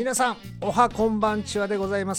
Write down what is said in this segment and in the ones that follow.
皆さんおはこんばんちはでございます。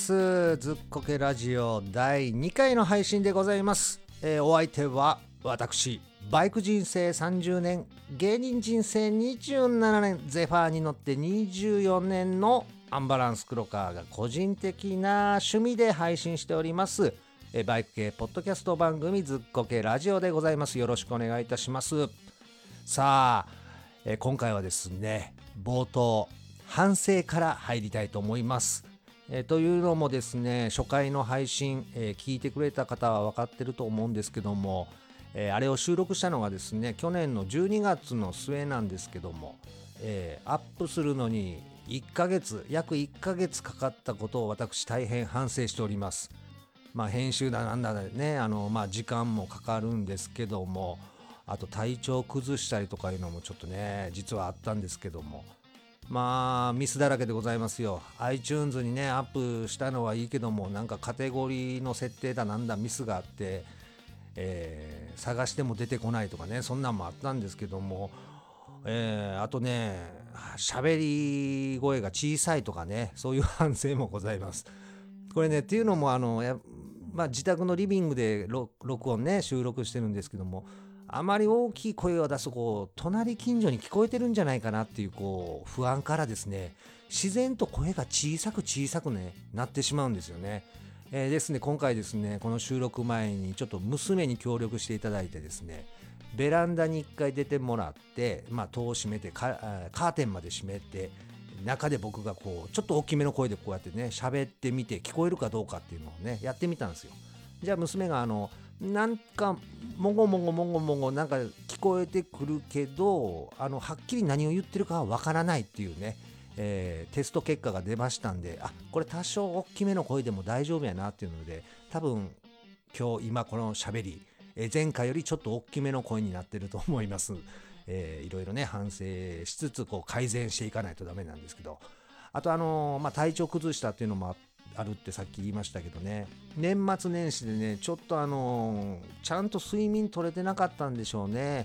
ずっこけラジオ第2回の配信でございます。お相手は私、バイク人生30年、芸人人生27年、ゼファーに乗って24年のアンバランス黒川が個人的な趣味で配信しておりますバイク系ポッドキャスト番組ずっこけラジオでございます。よろしくお願いいたします。さあ、今回はですね、冒頭反省から入りたいと思います。というのもですね、初回の配信、聞いてくれた方は分かってると思うんですけども、あれを収録したのがですね、去年の12月の末なんですけども、アップするのに約1ヶ月かかったことを私大変反省しております。編集だなんだね、時間もかかるんですけども、あと体調崩したりとかいうのもちょっとね実はあったんですけども、ミスだらけでございますよ。 iTunes にねアップしたのはいいけども、なんかカテゴリーの設定だなんだミスがあって、探しても出てこないとかね、そんなんもあったんですけども、あとね喋り声が小さいとかね、そういう反省もございます。これねっていうのも自宅のリビングで録音ね収録してるんですけども、あまり大きい声を出すと隣近所に聞こえてるんじゃないかなっていう不安からですね、自然と声が小さくねなってしまうんですよね。ですね、今回ですね、この収録前にちょっと娘に協力していただいてですね、ベランダに1回出てもらって、戸を閉めてカーテンまで閉めて、中で僕がちょっと大きめの声でこうやってね喋ってみて聞こえるかどうかっていうのをねやってみたんですよ。じゃあ娘がなんかもごなんか聞こえてくるけどはっきり何を言ってるかはわからないっていうね、テスト結果が出ましたんで、これ多少大きめの声でも大丈夫やなっていうので、多分今この喋り、前回よりちょっと大きめの声になってると思います。いろいろね反省しつつ改善していかないとダメなんですけど、あと体調崩したっていうのもあるってさっき言いましたけどね、年末年始でねちょっとちゃんと睡眠取れてなかったんでしょうね。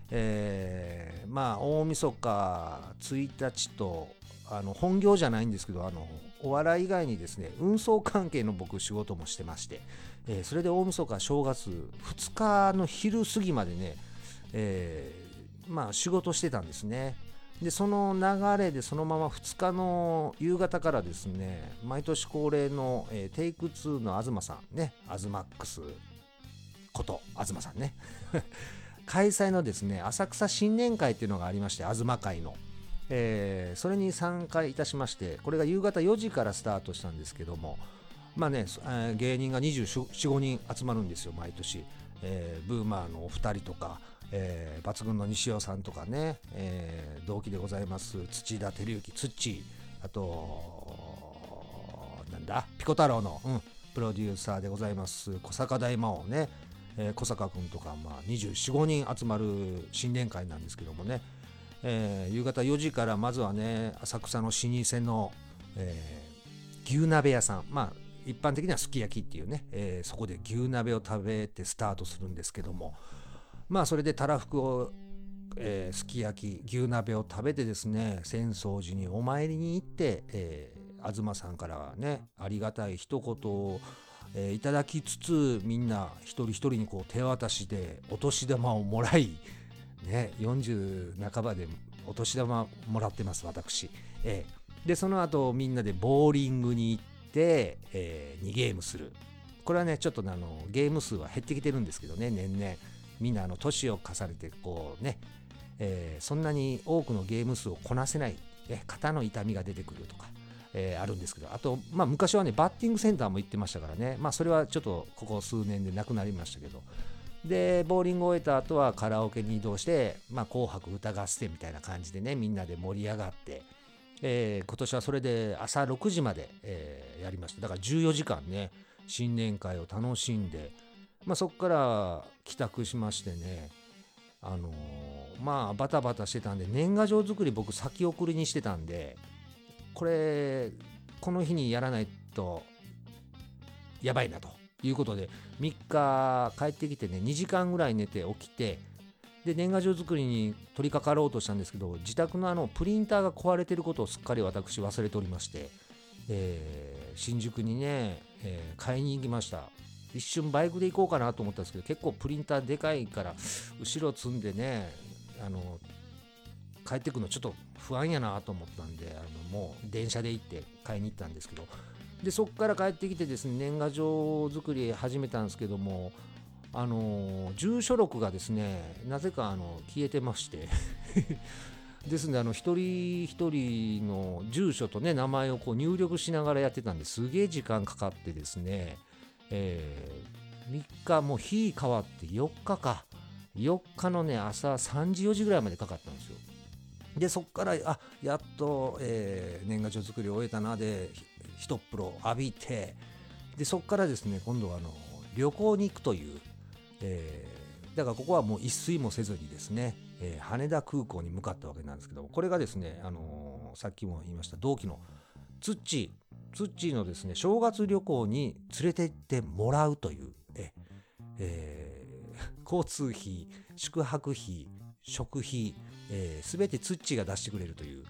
大晦日1日と本業じゃないんですけど、お笑い以外にですね運送関係の僕仕事もしてまして、それで大晦日正月2日の昼過ぎまでね、仕事してたんですね。でその流れでそのまま2日の夕方からですね、毎年恒例の、テイク2の東さんね、アズマックスこと東さんね開催のですね浅草新年会っていうのがありまして、東会の、それに参加いたしまして、これが夕方4時からスタートしたんですけども、芸人が24、5人集まるんですよ毎年。ブーマーのお二人とか、抜群の西尾さんとかね、同期でございます土田照之ツッチー、あとピコ太郎の、プロデューサーでございます小坂大魔王ね、小坂くんとか、24、5人集まる新年会なんですけどもね、夕方4時からまずはね浅草の老舗の、牛鍋屋さん、一般的にはすき焼きっていうね、そこで牛鍋を食べてスタートするんですけども、それでたらふくを、すき焼き牛鍋を食べてですね、浅草寺にお参りに行って、東さんからはねありがたい一言を、いただきつつ、みんな一人一人に手渡しでお年玉をもらいね、40半ばでお年玉もらってます私。でその後みんなでボーリングに行って、2ゲームする。これはねちょっとゲーム数は減ってきてるんですけどね、年々みんな年を重ねてそんなに多くのゲーム数をこなせない、肩の痛みが出てくるとか、あるんですけど、あと昔はねバッティングセンターも行ってましたからね、それはちょっとここ数年でなくなりましたけど、でボーリングを終えた後はカラオケに移動して、紅白歌合戦みたいな感じでねみんなで盛り上がって、今年はそれで朝6時まで、やりました。だから14時間ね新年会を楽しんで、そこから帰宅しましてね、バタバタしてたんで年賀状作り僕先送りにしてたんで、この日にやらないとやばいなということで、3日帰ってきてね2時間ぐらい寝て起きて、 で年賀状作りに取り掛かろうとしたんですけど、自宅のプリンターが壊れてることをすっかり私忘れておりまして、新宿にね、買いに行きました。一瞬バイクで行こうかなと思ったんですけど、結構プリンターでかいから後ろ積んでね、帰ってくるのちょっと不安やなと思ったんで、もう電車で行って買いに行ったんですけど、でそこから帰ってきてですね、年賀状作り始めたんですけども、住所録がですね、なぜか消えてましてですので、一人一人の住所とね名前をこう入力しながらやってたんで、すげえ時間かかってですね、3日もう日変わって4日か、4日のね朝3時4時ぐらいまでかかったんですよ。でそっからやっと、年賀状作りを終えたなで一っ風呂浴びて、でそっからですね、今度は旅行に行くという、だからここはもう一睡もせずにですね、羽田空港に向かったわけなんですけども、これがですね、さっきも言いました同期のツッチーのですね正月旅行に連れて行ってもらうという、交通費、宿泊費、食費、全てツッチーが出してくれるという、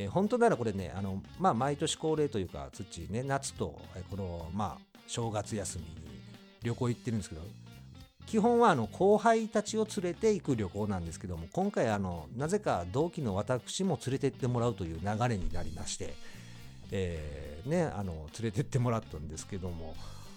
本当ならこれね毎年恒例というか、ツッチーね夏とこの正月休みに旅行行ってるんですけど、基本は後輩たちを連れて行く旅行なんですけども、今回なぜか同期の私も連れて行ってもらうという流れになりまして、連れて行ってもらったんですけども、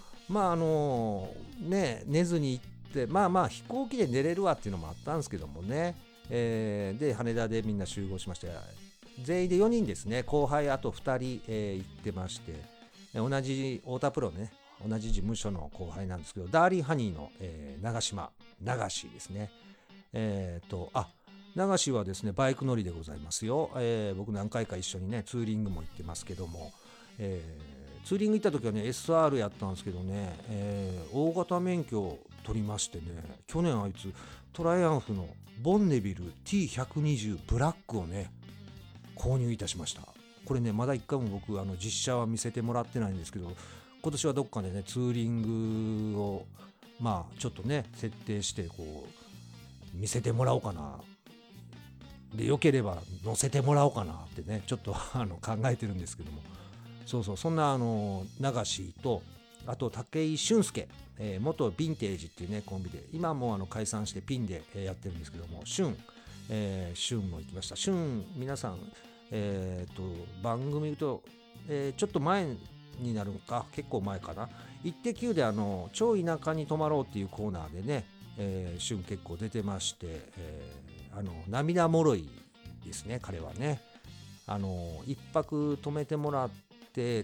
寝ずに行って、飛行機で寝れるわっていうのもあったんですけどもね、で羽田でみんな集合しまして、全員で4人ですね、後輩あと2人、行ってまして、同じ太田プロね、同じ事務所の後輩なんですけど、ダーリーハニーの、長島流しですね。流しはですねバイク乗りでございますよ。僕何回か一緒にねツーリングも行ってますけども、ツーリング行った時はね SR やったんですけどね、大型免許を取りましてね、去年あいつトライアンフのボンネビル T120 ブラックをね購入いたしました。これねまだ一回も僕実車は見せてもらってないんですけど、今年はどっかでねツーリングをちょっとね設定してこう見せてもらおうかな、で良ければ乗せてもらおうかなってねちょっと考えてるんですけども、そんな流しと、あと武井俊介、元ヴィンテージっていうねコンビで、今も解散してピンでやってるんですけども、俊も行きました。俊皆さん番組と、ちょっと前になるか、結構前かな、イッテ Q で超田舎に泊まろうっていうコーナーでね、俊結構出てまして、涙もろいですね彼はね。一泊泊めてもらって、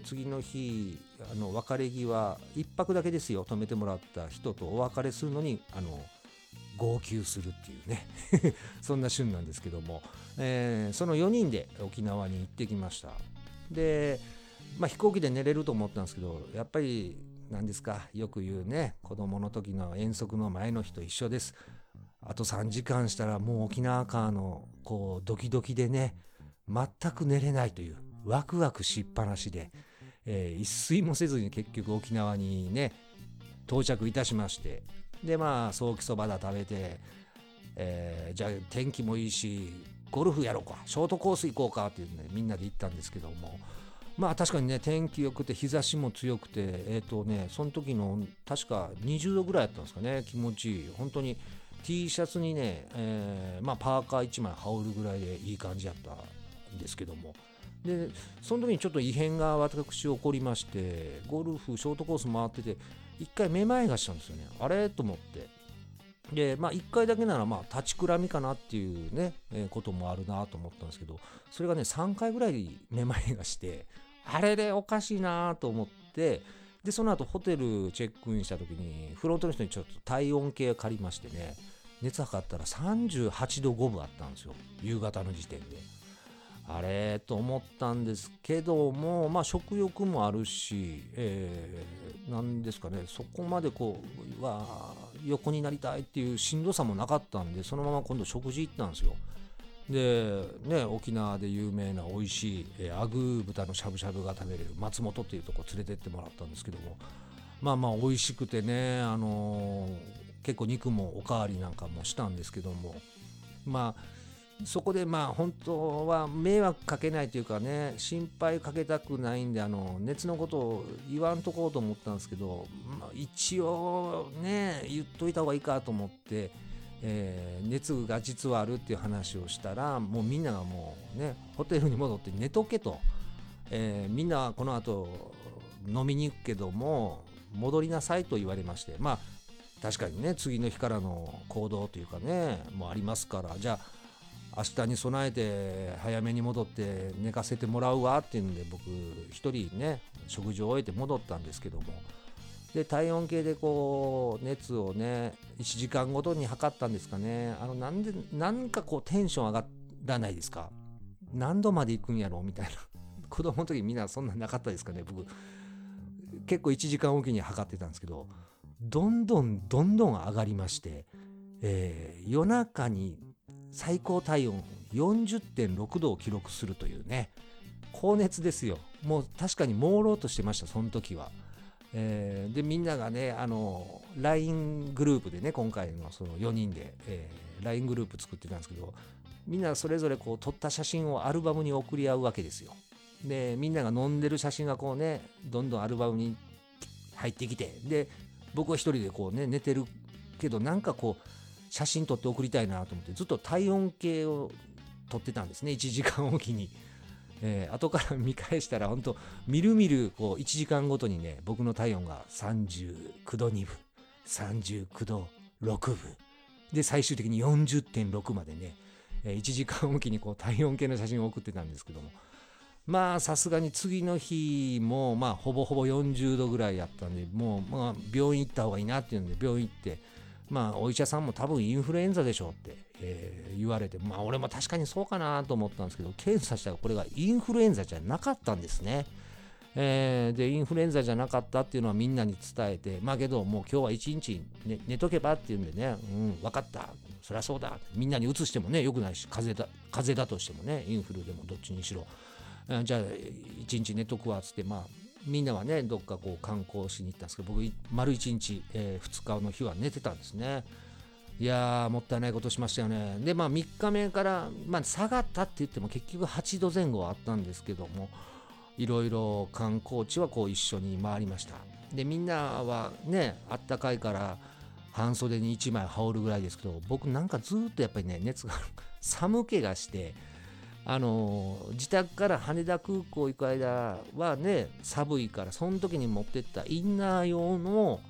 次の日別れ際一泊だけですよ、泊めてもらった人とお別れするのに号泣するっていうねそんな旬なんですけども、その4人で沖縄に行ってきました。で飛行機で寝れると思ったんですけど、やっぱり何ですか、よく言うね、子供の時の遠足の前の日と一緒です。あと3時間したらもう沖縄からのこうドキドキでね、全く寝れないという、ワクワクしっぱなしで、一睡もせずに結局沖縄にね到着いたしまして、でソーキそばだ食べて、じゃあ天気もいいしゴルフやろうか、ショートコース行こうかっていうねみんなで行ったんですけども、確かにね天気良くて日差しも強くて、その時の確か20度ぐらいやったんですかね、気持ちいい、本当に T シャツにね、パーカー1枚羽織るぐらいでいい感じやったんですけども、でその時にちょっと異変が私起こりまして、ゴルフショートコース回ってて一回めまいがしたんですよね。あれと思って、で1回だけなら立ちくらみかなっていうね、こともあるなと思ったんですけど、それがね3回ぐらいめまいがして、あれでおかしいなと思って、でその後ホテルチェックインした時にフロントの人にちょっと体温計を借りましてね、熱測ったら38度5分あったんですよ、夕方の時点で。あれと思ったんですけども、食欲もあるし、なんですかね、そこまでこう横になりたいっていうしんどさもなかったんで、そのまま今度食事行ったんですよ。でね、沖縄で有名な美味しい、アグー豚のしゃぶしゃぶが食べれる松本っていうとこ連れてってもらったんですけども、美味しくてね、 結構肉もおかわりなんかもしたんですけども、まあそこで本当は迷惑かけないというかね、心配かけたくないんで熱のことを言わんとこうと思ったんですけど、一応ね言っといた方がいいかと思って、熱が実はあるっていう話をしたら、もうみんながもうねホテルに戻って寝とけと、みんなこの後飲みに行くけども戻りなさいと言われまして、確かにね次の日からの行動というかねもうありますから、じゃあ明日に備えて早めに戻って寝かせてもらうわっていうんで、僕一人ね食事を終えて戻ったんですけども、で体温計でこう熱をね1時間ごとに測ったんですかね。なんかこうテンション上がらないですか。何度まで行くんやろみたいな子供の時みんなそんななかったですかね。僕結構1時間おきに測ってたんですけど、どんどん上がりまして、夜中に最高体温 40.6 度を記録するというね、高熱ですよ。もう確かに朦朧としてましたその時は。でみんながねLINE グループでね、今回のその4人で、LINE グループ作ってたんですけど、みんなそれぞれこう撮った写真をアルバムに送り合うわけですよ。でみんなが飲んでる写真がこうねどんどんアルバムに入ってきて、で僕は一人でこうね寝てるけど、なんかこう写真撮って送りたいなと思ってずっと体温計を撮ってたんですね、1時間おきに。後から見返したら本当みるみるこう1時間ごとにね僕の体温が39度2分39度6分で最終的に 40.6 までね、1時間おきにこう体温計の写真を送ってたんですけども、さすがに次の日もほぼほぼ40度ぐらいやったんで、もう病院行った方がいいなっていうんで病院行って、お医者さんも多分インフルエンザでしょうって、言われて、俺も確かにそうかなと思ったんですけど、検査したらこれがインフルエンザじゃなかったんですね。でインフルエンザじゃなかったっていうのはみんなに伝えて、けどもう今日は一日、寝とけばっていうんでね、分かった、そりゃそうだ、みんなに移してもねよくないし、風邪だとしてもね、インフルでもどっちにしろ、じゃあ一日寝とくわっつって、みんなはねどっかこう観光しに行ったんですけど、僕丸一日、2日の日は寝てたんですね。いやーもったいないことしましたよね。で3日目から、下がったって言っても結局8度前後はあったんですけども、いろいろ観光地はこう一緒に回りました。でみんなはねあったかいから半袖に1枚羽織るぐらいですけど、僕なんかずっとやっぱりね熱が寒気がして、自宅から羽田空港行く間はね寒いから、その時に持ってったインナー用の、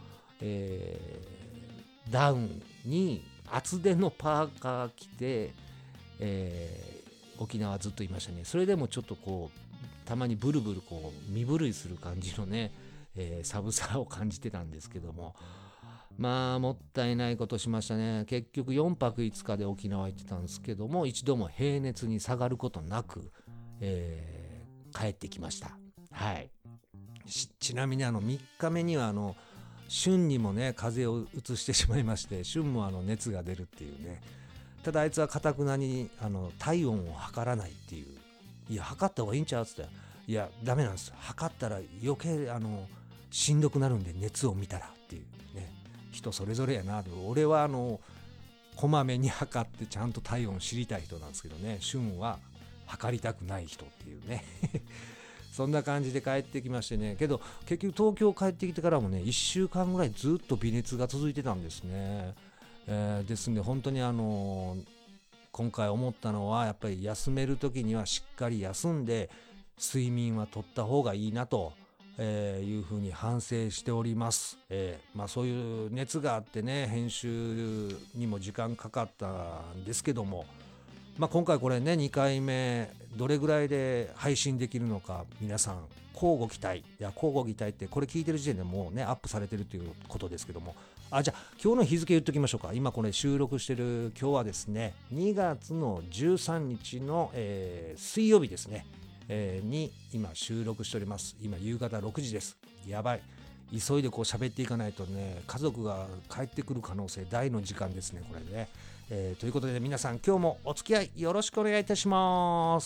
ダウンに厚手のパーカー着て、沖縄ずっといましたね。それでもちょっとこうたまにブルブルこう身震いする感じのね、寒さを感じてたんですけども、もったいないことしましたね。結局4泊5日で沖縄行ってたんですけども、一度も平熱に下がることなく、帰ってきました。はい。ちなみに3日目には春にもね風邪をうつしてしまいまして、春も熱が出るっていうね。ただあいつはかたくなに体温を測らないっていう。いや測った方がいいんちゃうっつって、いやダメなんです、測ったら余計しんどくなるんで、熱を見たらっていうね。人それぞれやな。俺はこまめに測ってちゃんと体温を知りたい人なんですけどね、春は測りたくない人っていうねそんな感じで帰ってきましてね。けど結局東京帰ってきてからもね1週間ぐらいずっと微熱が続いてたんですね。ですんで本当に今回思ったのは、やっぱり休める時にはしっかり休んで睡眠はとった方がいいなと、いうふうに反省しております。そういう熱があってね編集にも時間かかったんですけども、今回これね2回目どれぐらいで配信できるのか、皆さん交互期待。いや交互期待ってこれ聞いてる時点でもうねアップされてるということですけども、じゃあ今日の日付言っときましょうか。今これ収録してる今日はですね2月の13日の、水曜日ですね、に今収録しております。今夕方6時です。やばい、急いでこう喋っていかないとね家族が帰ってくる可能性大の時間ですねこれね。ということで皆さん今日もお付き合いよろしくお願いいたします。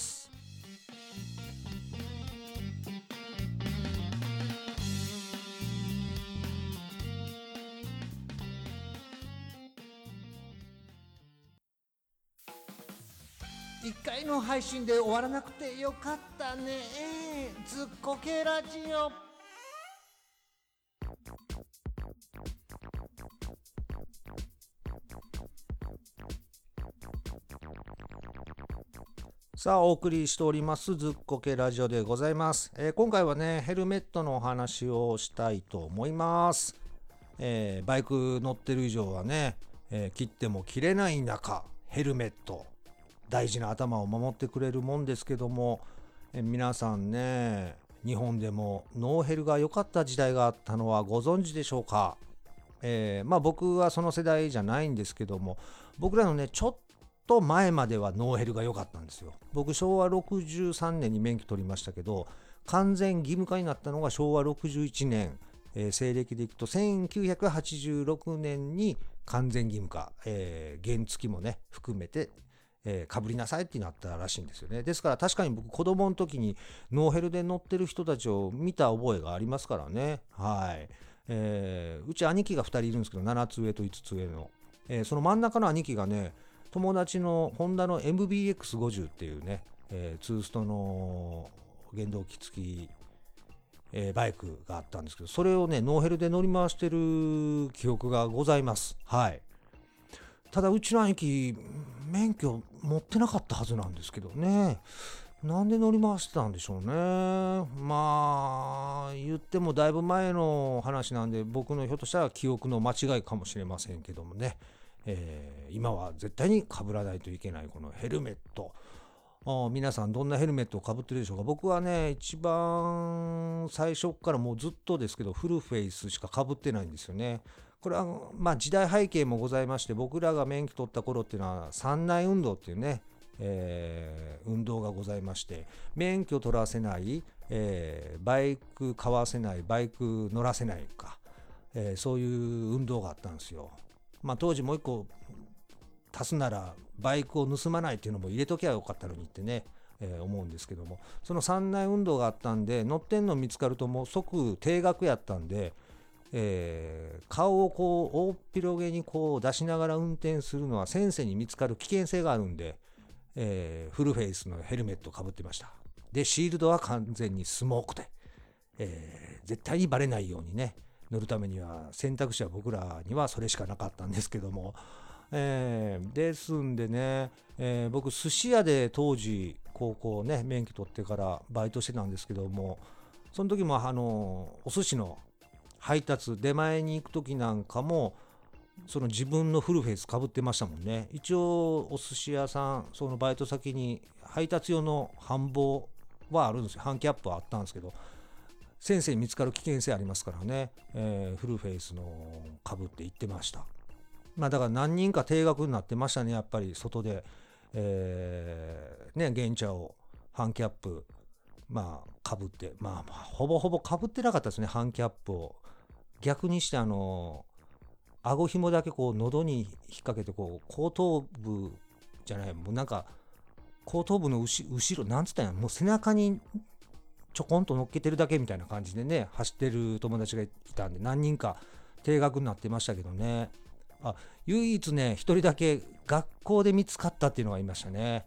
1回の配信で終わらなくてよかったね。ずっこけラジオ。さあお送りしておりますずっこけラジオでございます。今回はねヘルメットのお話をしたいと思います。バイク乗ってる以上はね、切っても切れない中ヘルメット大事な頭を守ってくれるもんですけども、皆さんね日本でもノーヘルが良かった時代があったのはご存知でしょうか。僕はその世代じゃないんですけども、僕らのねちょっと前まではノーヘルが良かったんですよ。僕昭和63年に免許取りましたけど、完全義務化になったのが昭和61年、西暦でいくと1986年に完全義務化、原付もね含めてかぶりなさいってなったらしいんですよね。ですから確かに僕子供の時にノーヘルで乗ってる人たちを見た覚えがありますからね。はい。うち兄貴が2人いるんですけど、7つ上と5つ上の、その真ん中の兄貴がね友達のホンダの MBX50 っていうね、ツーストの原動機付き、バイクがあったんですけど、それをねノーヘルで乗り回してる記憶がございます。はい。ただうちの兄貴免許持ってなかったはずなんですけどね、なんで乗り回してたんでしょうね。まあ言ってもだいぶ前の話なんで、僕のひょっとしたら記憶の間違いかもしれませんけどもね、今は絶対に被らないといけないこのヘルメット。皆さんどんなヘルメットをかぶってるでしょうか。僕はね一番最初からもうずっとですけどフルフェイスしかかぶってないんですよね。これは時代背景もございまして、僕らが免許取った頃っていうのは三内運動っていうね、運動がございまして、免許取らせない、バイク買わせない、バイク乗らせないか、そういう運動があったんですよ。当時もう一個足すならバイクを盗まないっていうのも入れときゃよかったのにってね、思うんですけども、その三内運動があったんで乗ってんの見つかるともう即停学やったんで、顔をこう大っ広げにこう出しながら運転するのは先生に見つかる危険性があるんで、フルフェイスのヘルメットをかぶってました。でシールドは完全にスモークで、絶対にバレないようにね乗るためには選択肢は僕らにはそれしかなかったんですけども、ですんでね、僕寿司屋で当時高校ね免許取ってからバイトしてたんですけども、その時もお寿司の配達出前に行く時なんかもその自分のフルフェイスかぶってましたもんね。一応お寿司屋さんそのバイト先に配達用の繁忙はあるんですよ。半キャップはあったんですけど、先生に見つかる危険性ありますからね、フルフェイスのかぶって行ってました。だから何人か定額になってましたね、やっぱり外で、原茶を半キャップかぶって、ほぼほぼかぶってなかったですね、半キャップを。逆にして顎紐だけこう喉に引っ掛けてこう後頭部じゃない、もうなんか後頭部の後ろなんつったんや、もう背中にちょこんと乗っけてるだけみたいな感じでね走ってる友達がいたんで、何人か定額になってましたけどね。唯一ね一人だけ学校で見つかったっていうのがいましたね。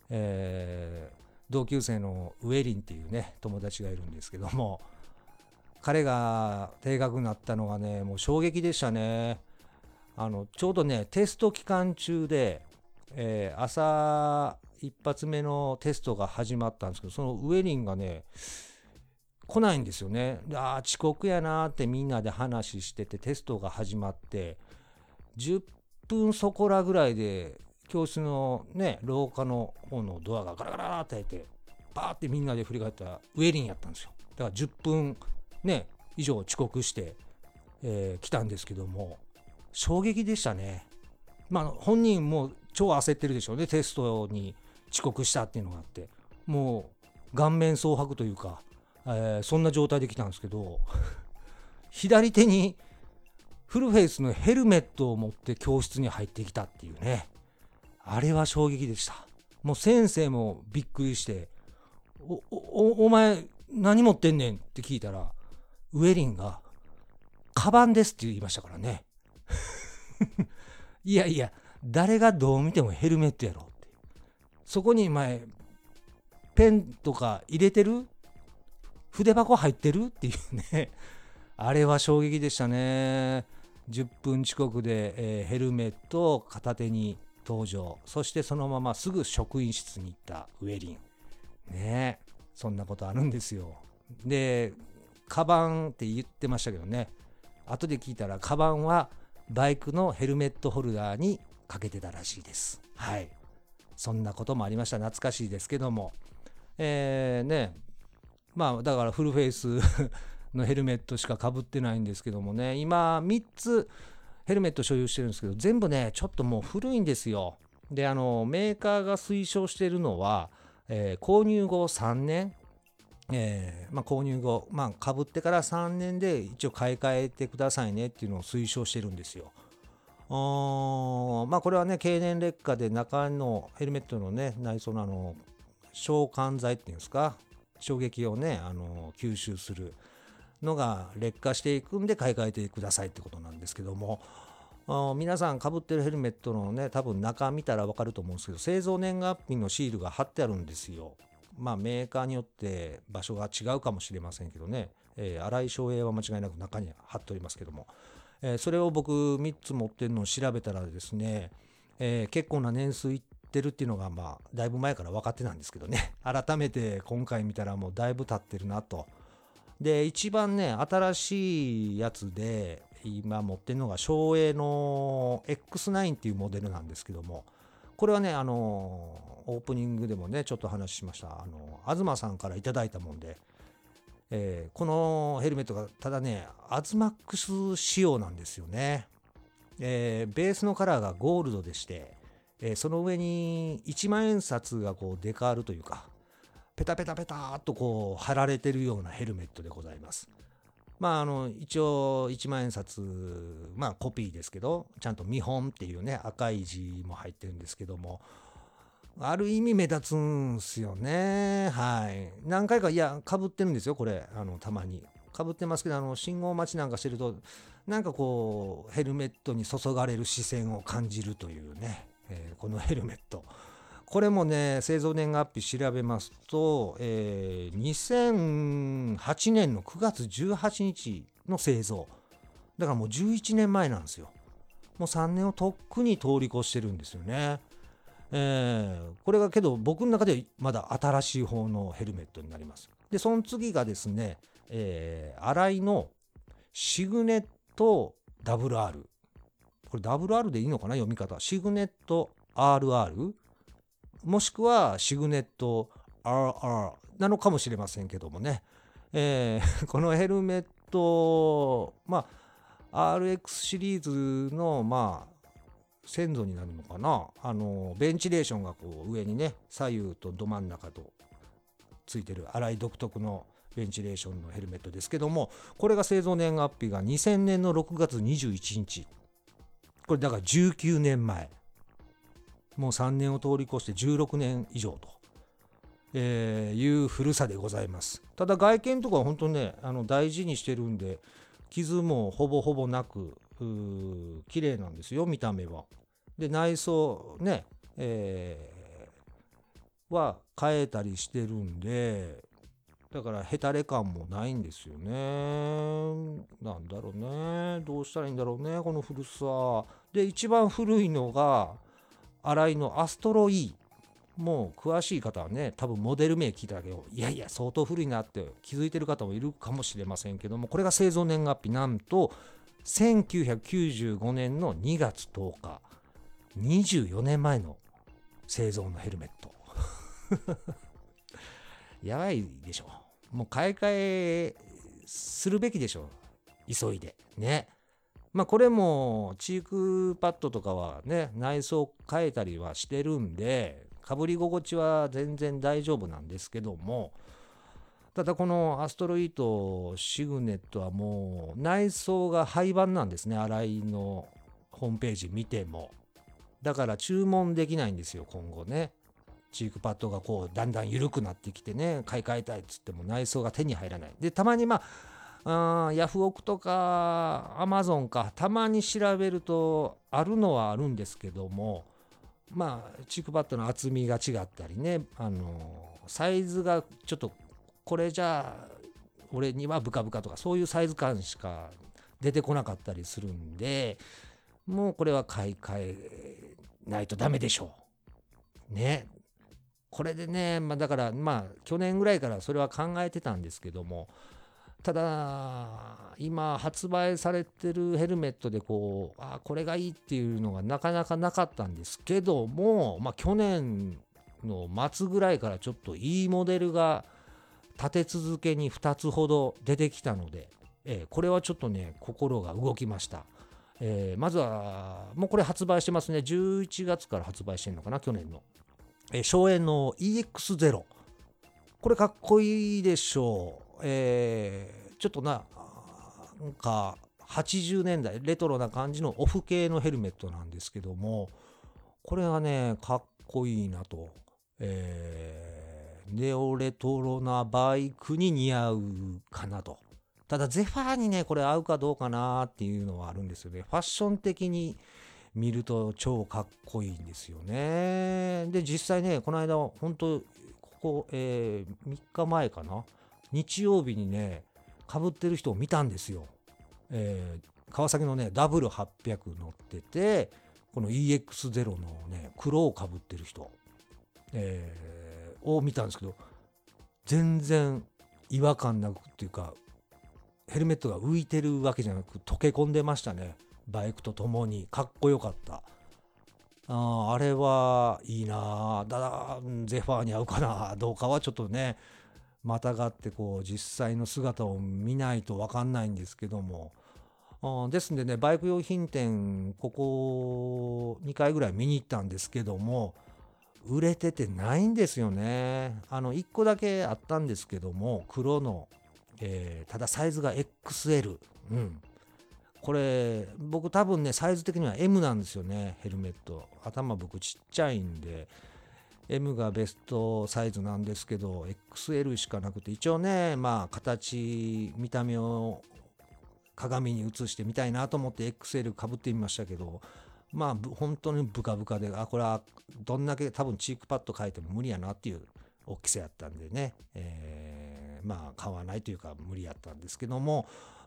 同級生のウェリンっていうね友達がいるんですけども、彼が定額になったのがねもう衝撃でしたね。ちょうどねテスト期間中で、朝一発目のテストが始まったんですけど、そのウェリンがね来ないんですよね。遅刻やなってみんなで話してて、テストが始まって10分そこらぐらいで教室のね廊下の方のドアがガラガラって開いて、バーってみんなで振り返ったらウェリンやったんですよ。だから10分ね以上遅刻して、来たんですけども、衝撃でしたね。本人も超焦ってるでしょうね、テストに遅刻したっていうのがあって、もう顔面蒼白というか、そんな状態で来たんですけど左手にフルフェイスのヘルメットを持って教室に入ってきたっていうね、あれは衝撃でした。もう先生もびっくりして、お前何持ってんねんって聞いたら、ウェリンがカバンですって言いましたからねいやいや誰がどう見てもヘルメットやろって、 そこに前ペンとか入れてる、筆箱入ってるっていうねあれは衝撃でしたね。10分遅刻で、ヘルメットを片手に登場、そしてそのまますぐ職員室に行ったウェリンね。そんなことあるんですよ。でカバンって言ってましたけどね、後で聞いたらカバンはバイクのヘルメットホルダーにかけてたらしいです。はい、そんなこともありました。懐かしいですけども、ね、まあだからフルフェイスのヘルメットしかかぶってないんですけどもね、今3つヘルメット所有してるんですけど、全部ねちょっともう古いんですよ。でメーカーが推奨しているのは、購入後3年、購入後、かぶってから3年で一応買い替えてくださいねっていうのを推奨してるんですよ。これはね経年劣化で中のヘルメットのね内装の召喚剤っていうんですか、衝撃をね吸収するのが劣化していくんで買い替えてくださいってことなんですけども、皆さんかぶってるヘルメットのね多分中見たら分かると思うんですけど、製造年月日のシールが貼ってあるんですよ。メーカーによって場所が違うかもしれませんけどね、新井翔平は間違いなく中に貼っておりますけども、それを僕3つ持ってるのを調べたらですね、結構な年数いってるっていうのがだいぶ前から分かってたんですけどね、改めて今回見たらもうだいぶ経ってるなと。で一番ね新しいやつで今持ってるのが松栄の X9 っていうモデルなんですけども、これはねオープニングでもねちょっと話しました東さんからいただいたもんで、このヘルメットがただねアズマックス仕様なんですよね。ベースのカラーがゴールドでして、その上に一万円札がこうデカールというかペタペタペタっとこう貼られてるようなヘルメットでございます。一応一万円札コピーですけど、ちゃんと見本っていうね赤い字も入ってるんですけども、ある意味目立つんすよね。はい、何回かかぶってるんですよこれ。たまにかぶってますけど、信号待ちなんかしてるとなんかこうヘルメットに注がれる視線を感じるというね、このヘルメット、これもね製造年月日調べますと、2008年の9月18日の製造だからもう11年前なんですよ。もう3年をとっくに通り越してるんですよね。これがけど僕の中でまだ新しい方のヘルメットになります。でその次がですね、新井のシグネット WR、 これ WR でいいのかな読み方、シグネット RR もしくはシグネット RR なのかもしれませんけどもね、このヘルメットRX シリーズの先祖になるのかな。ベンチレーションがこう上にね左右とど真ん中とついてる荒い独特のベンチレーションのヘルメットですけども、これが製造年月日が2000年の6月21日、これだから19年前、もう3年を通り越して16年以上と、いう古さでございます。ただ外見とかは本当にね大事にしてるんで傷もほぼほぼなく綺麗なんですよ見た目は。で内装ね、は変えたりしてるんで、だからヘタレ感もないんですよね。なんだろうね、どうしたらいいんだろうねこの古さで。一番古いのが新井のアストロ E。 もう詳しい方はね多分モデル名聞いただけどいやいや相当古いなって気づいてる方もいるかもしれませんけども、これが製造年月日なんと1995年の2月10日、24年前の製造のヘルメットやばいでしょ。もう買い替えするべきでしょ急いでね。これもチークパッドとかはね内装変えたりはしてるんでかぶり心地は全然大丈夫なんですけども、ただこのアストロイトシグネットはもう内装が廃盤なんですね。新井のホームページ見てもだから注文できないんですよ今後ね。チークパッドがこうだんだん緩くなってきてね買い替えたいっつっても内装が手に入らないで、たまにヤフオクとかアマゾンかたまに調べるとあるのはあるんですけども、 チークパッドの厚みが違ったりね、サイズがちょっとこれじゃあ俺にはブカブカとかそういうサイズ感しか出てこなかったりするんで、もうこれは買い替えないとダメでしょうね。これでね、だから去年ぐらいからそれは考えてたんですけども、ただ今発売されてるヘルメットでこれがいいっていうのがなかなかなかったんですけども、去年の末ぐらいからちょっといいモデルが立て続けに2つほど出てきたので、これはちょっとね心が動きました。まずはもうこれ発売してますね。11月から発売してるのかな、去年の、松園の EX0、 これかっこいいでしょう。ちょっとなんか80年代レトロな感じのオフ系のヘルメットなんですけども、これがねかっこいいなと、ネオレトロなバイクに似合うかなと。ただゼファーにねこれ合うかどうかなっていうのはあるんですよね。ファッション的に見ると超かっこいいんですよね。で実際ねこの間本当3日前かな、日曜日にねかぶってる人を見たんですよ。川崎のね W800 乗ってて、この EX0 のね黒をかぶってる人、を見たんですけど、全然違和感なくっていうか、ヘルメットが浮いてるわけじゃなく溶け込んでましたね。バイクとともにかっこよかった。あれはいいな。ゼファーに合うかなどうかはちょっとねまたがって実際の姿を見ないと分かんないんですけども、ですんでねバイク用品店ここ2回ぐらい見に行ったんですけども、売れててないんですよね。1個だけあったんですけども黒の、ただサイズが XL、これ僕多分ねサイズ的には M なんですよね。ヘルメット頭僕ちっちゃいんで M がベストサイズなんですけど XL しかなくて、一応ね形見た目を鏡に映してみたいなと思って XL かぶってみましたけど、本当にブカブカで、これはどんだけ多分チークパッド変えても無理やなっていう大きさやったんでね、買わないというか無理やったんですけども、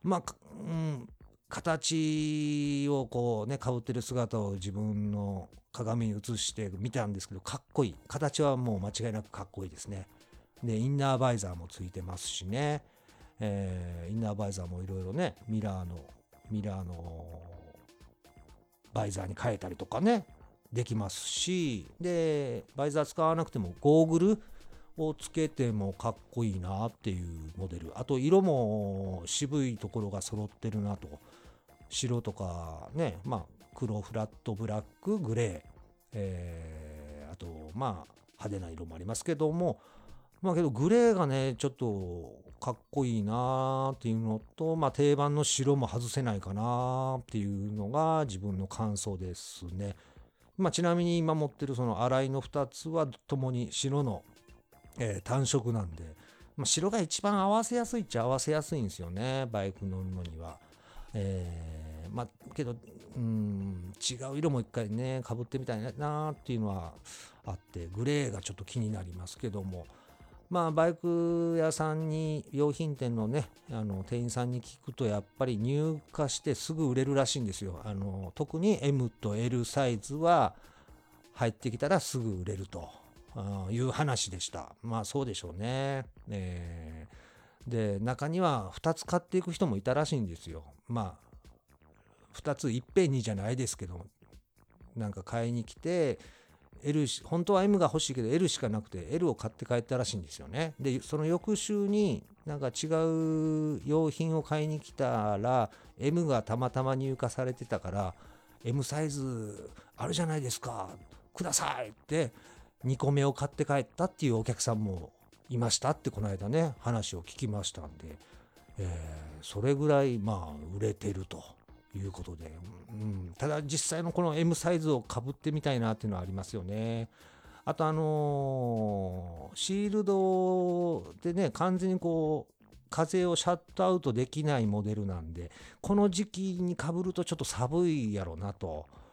形をかぶってる姿を自分の鏡に映して見たんですけど、かっこいい。形はもう間違いなくかっこいいですね。でインナーバイザーもついてますしね、インナーバイザーもいろいろねミラーのバイザーに変えたりとかねできますし、でバイザー使わなくてもゴーグルをつけてもかっこいいなっていうモデル。あと色も渋いところが揃ってるなと。白とかね、黒フラットブラックグレー、あと派手な色もありますけども、けどグレーがねちょっとかっこいいなっていうのと、定番の白も外せないかなっていうのが自分の感想ですね。ちなみに今持ってるそのアライの2つはともに白の、単色なんで、白が一番合わせやすいっちゃ合わせやすいんですよね、バイク乗るのには。けど違う色も一回ねかぶってみたいなっていうのはあって、グレーがちょっと気になりますけども、バイク屋さんに用品店のね店員さんに聞くと、やっぱり入荷してすぐ売れるらしいんですよ。特に M と L サイズは入ってきたらすぐ売れるという話でした。そうでしょうね。で中には2つ買っていく人もいたらしいんですよ。2ついっぺんにじゃないですけど、なんか買いに来て本当は M が欲しいけど L しかなくて L を買って帰ったらしいんですよね。でその翌週になんか違う用品を買いに来たら M がたまたま入荷されてたから、 M サイズあるじゃないですかくださいって2個目を買って帰ったっていうお客さんもいましたってこの間ね話を聞きましたんで、それぐらい売れてるということで、ただ実際のこの M サイズをかぶってみたいなっていうのはありますよね。あとシールドでね完全に風をシャットアウトできないモデルなんで、この時期にかぶるとちょっと寒いやろなと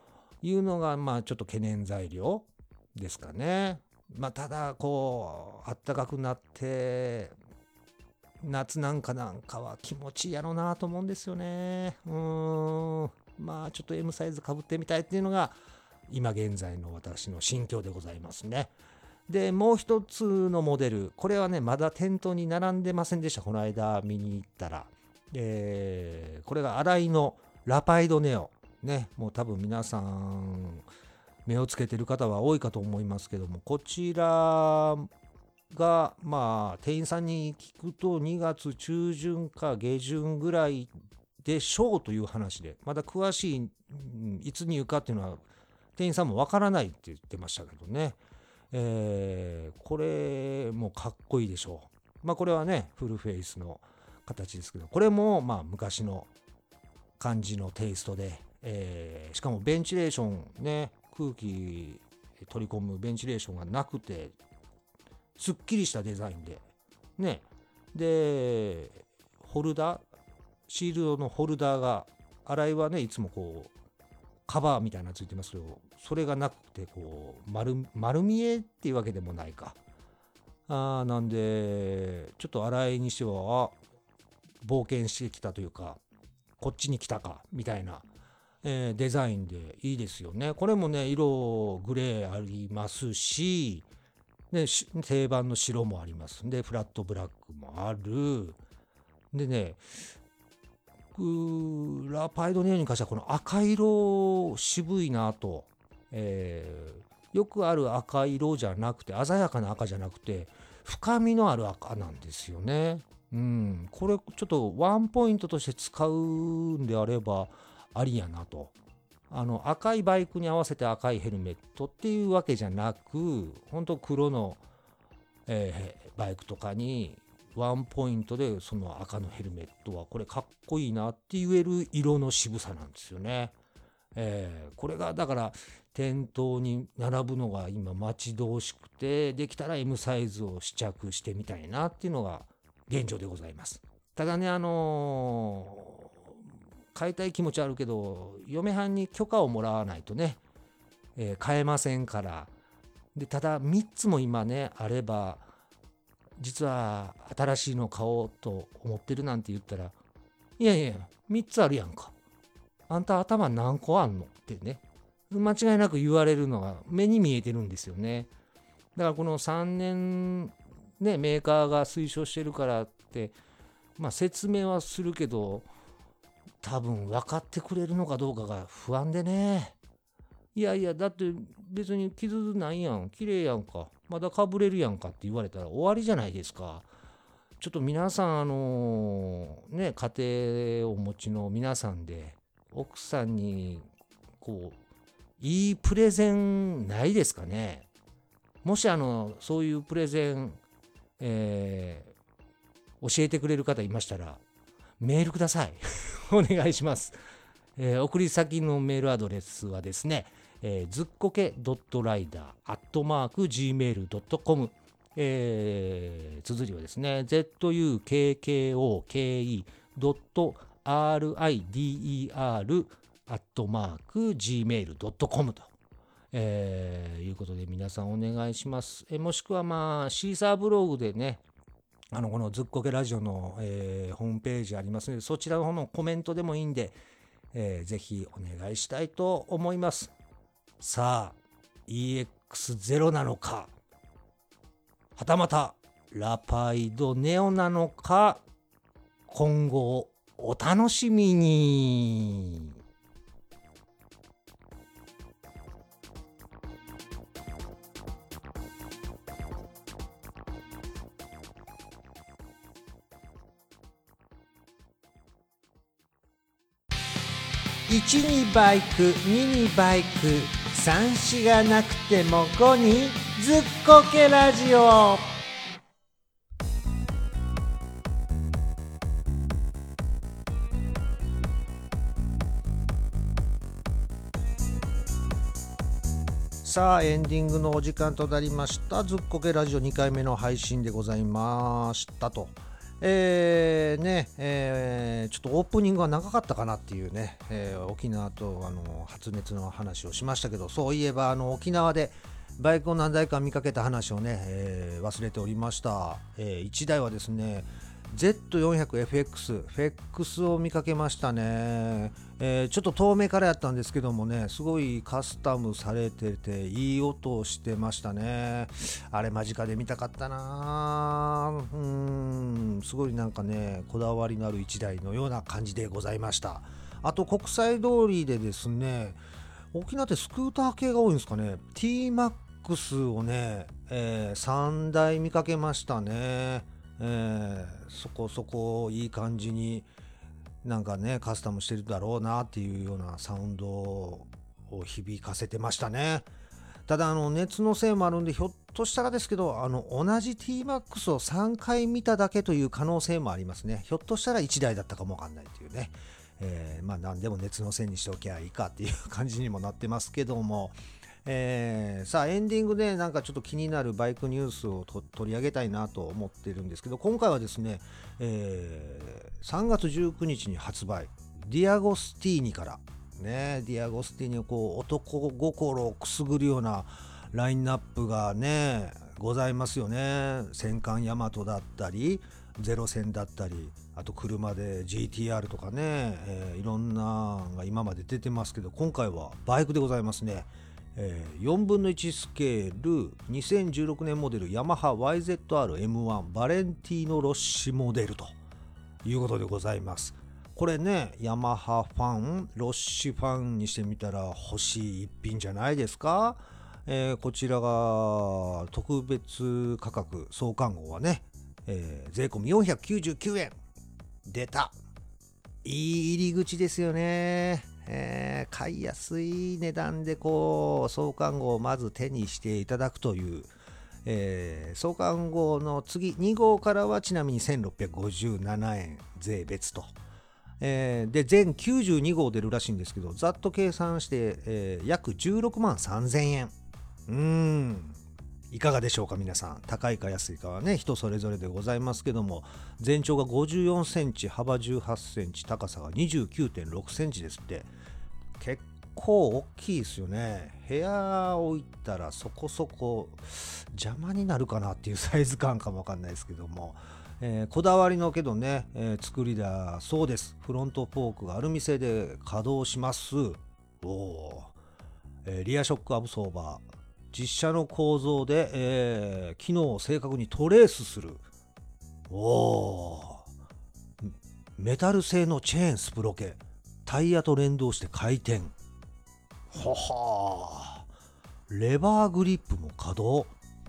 いうのがまあちょっと懸念材料ですかね。まあただこう暖かくなって夏なんかは気持ちいいやろうなと思うんですよね。まあちょっと M サイズかぶってみたいっていうのが今現在の私の心境でございますね。でもう一つのモデル、これはねまだ店頭に並んでませんでした。この間見に行ったら、これが新井のラパイドネオね。もう多分皆さん目をつけてる方は多いかと思いますけども、こちらがまあ店員さんに聞くと2月中旬か下旬ぐらいでしょうという話で、まだ詳しいいつに言うかっていうのは店員さんもわからないって言ってましたけどね。これもかっこいいでしょう。まあこれはねフルフェイスの形ですけど、これもまあ昔の感じのテイストで、しかもベンチレーションね、空気取り込むベンチレーションがなくてすっきりしたデザインでね。でホルダー、シールドのホルダーが新井はねいつもこうカバーみたいなのついてますけど、それがなくてこう丸見えっていうわけでもないか。なんでちょっと新井にしては冒険してきたというか、こっちに来たかみたいな、デザインでいいですよね。これもね色グレーありますし、で定番の白もあります。でフラットブラックもある。でねラパイドネオに関してはこの赤色渋いなと、よくある赤色じゃなくて、鮮やかな赤じゃなくて深みのある赤なんですよね。これちょっとワンポイントとして使うんであればありやなと。赤いバイクに合わせて赤いヘルメットっていうわけじゃなく、本当黒の、バイクとかにワンポイントでその赤のヘルメットはこれかっこいいなって言える色の渋さなんですよね。これがだから店頭に並ぶのが今待ち遠しくて、できたら M サイズを試着してみたいなっていうのが現状でございます。ただね買いたい気持ちあるけど嫁はんに許可をもらわないとね、買えませんから。でただ3つも今ねあれば、実は新しいの買おうと思ってるなんて言ったら、いやいや3つあるやんか、あんた頭何個あんのってね、間違いなく言われるのが目に見えてるんですよね。だからこの3年ねメーカーが推奨してるからってまあ説明はするけど、多分分かってくれるのかどうかが不安でね。いやいやだって別に傷ないやん、綺麗やんか、まだかぶれるやんかって言われたら終わりじゃないですか。ちょっと皆さんね家庭をお持ちの皆さんで奥さんにこういいプレゼンないですかね。もしそういうプレゼン、教えてくれる方いましたらメールくださいお願いします。送り先のメールアドレスはですね、ずっこけ.rider@gmail.com、綴りはですね zukkoke.rider@gmail.com と、いうことで皆さんお願いします。もしくはまあシーサーブログでねこのずっこけラジオの、ホームページありますので、そちらの方のコメントでもいいんで、ぜひお願いしたいと思います。さあ EX0 なのか、はたまたラパイドネオなのか、今後お楽しみに。1にバイク、2にバイク、3子がなくても5にずっこけラジオ。さあエンディングのお時間となりました。ずっこけラジオ2回目の配信でございましたと。 ちょっとオープニングは長かったかなっていうね、沖縄と発熱の話をしましたけど、そういえば沖縄でバイクを何台か見かけた話をね、忘れておりました。1台はですね Z400FX フェックスを見かけましたね。ちょっと遠目からやったんですけどもね、すごいカスタムされてていい音をしてましたね。あれ間近で見たかったな。すごいなんかね、こだわりのある1台のような感じでございました。あと国際通りでですね、沖縄ってスクーター系が多いんですかね。 T-MAX をね、3台見かけましたね。そこそこいい感じになんかねカスタムしてるだろうなっていうようなサウンドを響かせてましたね。ただ熱のせいもあるんで、ひょっとしたらですけど同じ T-MAX を3回見ただけという可能性もありますね。ひょっとしたら1台だったかもわかんないっていうね、まあ何でも熱のせいにしておきゃいいかっていう感じにもなってますけども、さあエンディングでなんかちょっと気になるバイクニュースを取り上げたいなと思ってるんですけど、今回はですね、3月19日に発売ディアゴスティーニからね、ディアゴスティーニをこう男心をくすぐるようなラインナップがねございますよね。戦艦ヤマトだったりゼロ戦だったり、あと車で GTR とかね、いろんなのが今まで出てますけど、今回はバイクでございますね。4分の1スケール2016年モデルヤマハ YZR-M1 バレンティーノロッシモデルということでございます。これね、ヤマハファンロッシファンにしてみたら欲しい一品じゃないですか。こちらが特別価格創刊号はね、税込み499円。出た、いい入り口ですよね。買いやすい値段でこう創刊号をまず手にしていただくという、創刊号の次2号からはちなみに1657円税別と、で全92号出るらしいんですけど、ざっと計算して、約16万3000円。いかがでしょうか皆さん。高いか安いかはね人それぞれでございますけども、全長が54センチ、幅18センチ、高さが 29.6 センチですって。結構大きいですよね。部屋置いたらそこそこ邪魔になるかなっていうサイズ感かもわかんないですけども、こだわりのけどね、作りだそうです。フロントフォークがアルミ製で稼働します。リアショックアブソーバー、実車の構造で、機能を正確にトレースする。メタル製のチェーンスプロケ、タイヤと連動して回転。レバーグリップも稼働。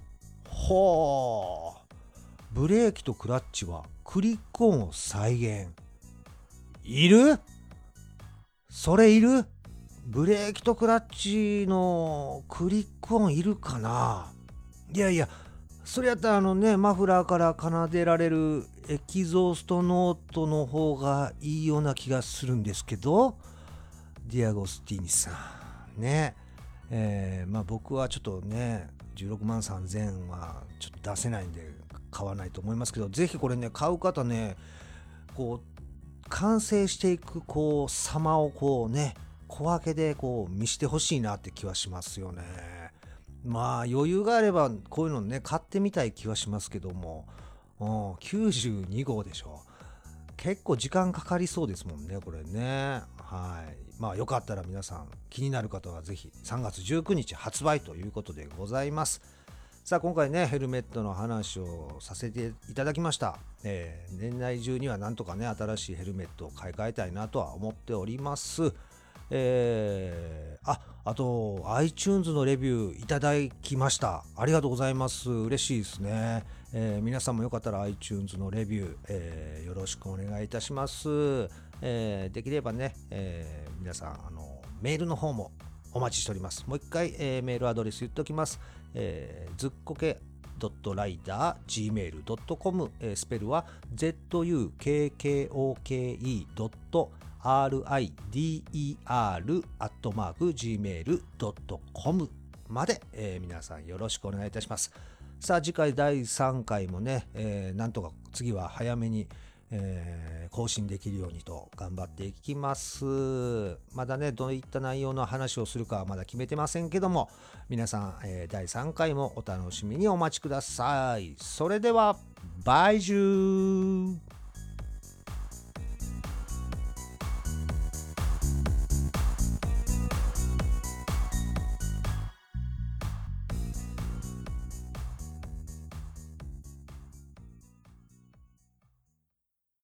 ブレーキとクラッチはクリック音を再現。いる？それいる？ブレーキとクラッチのクリック音いるかな。いやいや、それやったらマフラーから奏でられるエキゾーストノートの方がいいような気がするんですけど、ディアゴスティーニさんね、僕はちょっとね16万3000円はちょっと出せないんで買わないと思いますけど、ぜひこれね買う方ね、こう完成していくこう様をこうね小分けでこう見してほしいなって気はしますよね。まあ余裕があればこういうのね買ってみたい気はしますけども、92号でしょ。結構時間かかりそうですもんねこれね。まあよかったら皆さん気になる方はぜひ3月19日発売ということでございます。さあ今回ねヘルメットの話をさせていただきました。年内中にはなんとかね新しいヘルメットを買い替えたいなとは思っております。あと iTunes のレビューいただきました。ありがとうございます。嬉しいですね。皆さんもよかったら iTunes のレビュー、よろしくお願いいたします。できればね、皆さんメールの方もお待ちしております。もう一回、メールアドレス言っておきます。ずっこけ.rider@gmail.com、スペルは zukkoker.rider@gmail.com まで、皆さんよろしくお願いいたします。 さあ次回第3回もね、なんとか次は早めに、更新できるようにと頑張っていきます。まだねどういった内容の話をするかはまだ決めてませんけども、皆さん、第3回もお楽しみにお待ちください。それではバイジュー。